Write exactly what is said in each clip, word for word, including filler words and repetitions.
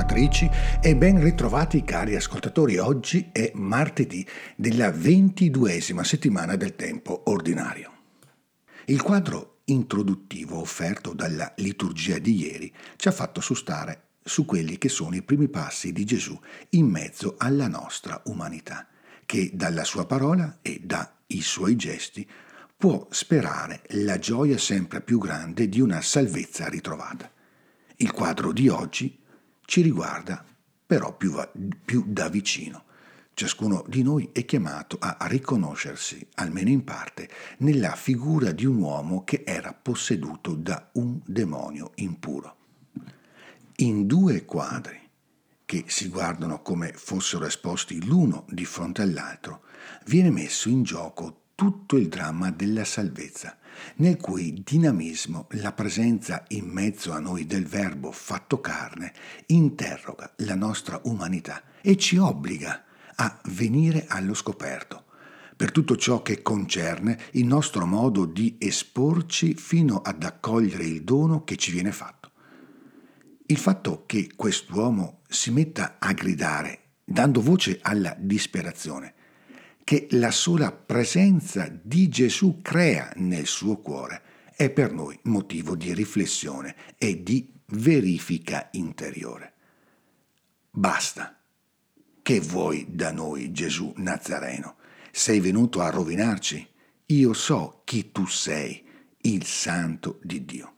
ascoltatrici e ben ritrovati cari ascoltatori. Oggi è martedì della ventiduesima settimana del tempo ordinario. Il quadro introduttivo offerto dalla liturgia di ieri ci ha fatto sustare su quelli che sono i primi passi di Gesù in mezzo alla nostra umanità, che dalla sua parola e dai suoi gesti può sperare la gioia sempre più grande di una salvezza ritrovata. Il quadro di oggi ci riguarda però più, va, più da vicino. Ciascuno di noi è chiamato a riconoscersi, almeno in parte, nella figura di un uomo che era posseduto da un demonio impuro. In due quadri, che si guardano come fossero esposti l'uno di fronte all'altro, viene messo in gioco tutto il dramma della salvezza, nel cui dinamismo la presenza in mezzo a noi del Verbo fatto carne interroga la nostra umanità e ci obbliga a venire allo scoperto per tutto ciò che concerne il nostro modo di esporci fino ad accogliere il dono che ci viene fatto. Il fatto che quest'uomo si metta a gridare, dando voce alla disperazione, che la sola presenza di Gesù crea nel suo cuore, è per noi motivo di riflessione e di verifica interiore. Basta. Che vuoi da noi, Gesù Nazareno? Sei venuto a rovinarci? Io so chi tu sei, il Santo di Dio.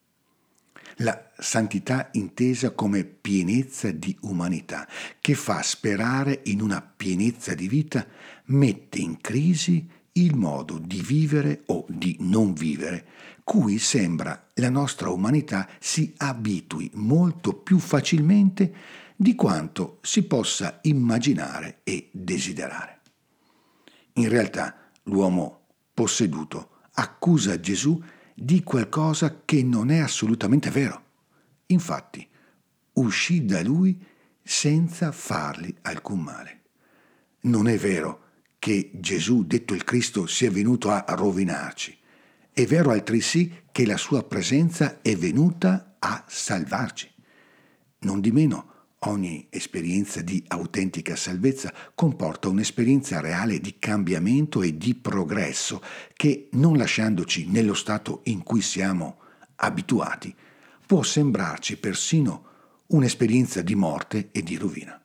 La santità intesa come pienezza di umanità, che fa sperare in una pienezza di vita, mette in crisi il modo di vivere o di non vivere, cui sembra la nostra umanità si abitui molto più facilmente di quanto si possa immaginare e desiderare. In realtà l'uomo posseduto accusa Gesù di qualcosa che non è assolutamente vero. Infatti, uscì da lui senza fargli alcun male. Non è vero che Gesù, detto il Cristo, sia venuto a rovinarci. È vero altresì che la sua presenza è venuta a salvarci. Non di meno, ogni esperienza di autentica salvezza comporta un'esperienza reale di cambiamento e di progresso che, non lasciandoci nello stato in cui siamo abituati, può sembrarci persino un'esperienza di morte e di rovina.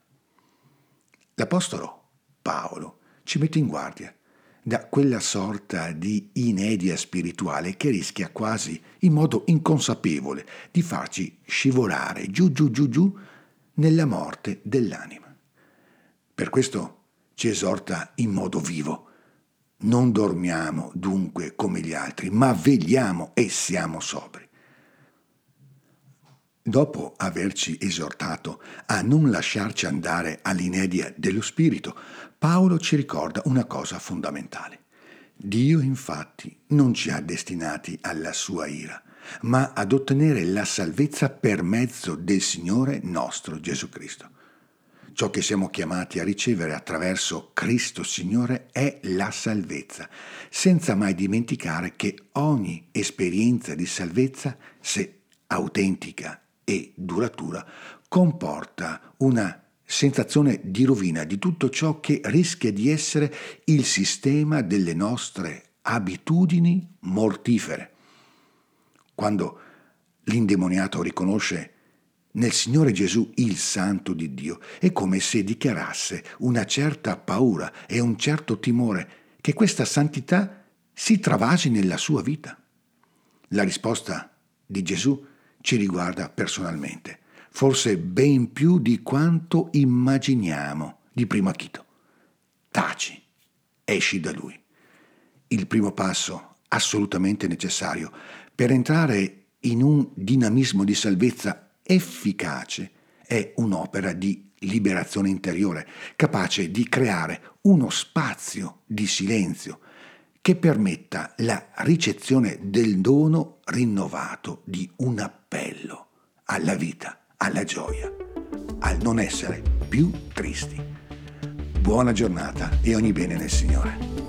L'Apostolo Paolo ci mette in guardia da quella sorta di inedia spirituale che rischia quasi in modo inconsapevole di farci scivolare giù giù giù giù nella morte dell'anima. Per questo ci esorta in modo vivo: non dormiamo dunque come gli altri, ma vegliamo e siamo sobri. Dopo averci esortato a non lasciarci andare all'inedia dello spirito, Paolo ci ricorda una cosa fondamentale. Dio infatti non ci ha destinati alla sua ira, ma ad ottenere la salvezza per mezzo del Signore nostro Gesù Cristo. Ciò che siamo chiamati a ricevere attraverso Cristo Signore è la salvezza, senza mai dimenticare che ogni esperienza di salvezza, se autentica e duratura, comporta una sensazione di rovina di tutto ciò che rischia di essere il sistema delle nostre abitudini mortifere. Quando l'indemoniato riconosce nel Signore Gesù il Santo di Dio, è come se dichiarasse una certa paura e un certo timore che questa santità si travasi nella sua vita. La risposta di Gesù ci riguarda personalmente, forse ben più di quanto immaginiamo di primo acchito. Taci, esci da lui. Il primo passo assolutamente necessario per entrare in un dinamismo di salvezza efficace è un'opera di liberazione interiore, capace di creare uno spazio di silenzio che permetta la ricezione del dono rinnovato di un appello alla vita, alla gioia, al non essere più tristi. Buona giornata e ogni bene nel Signore.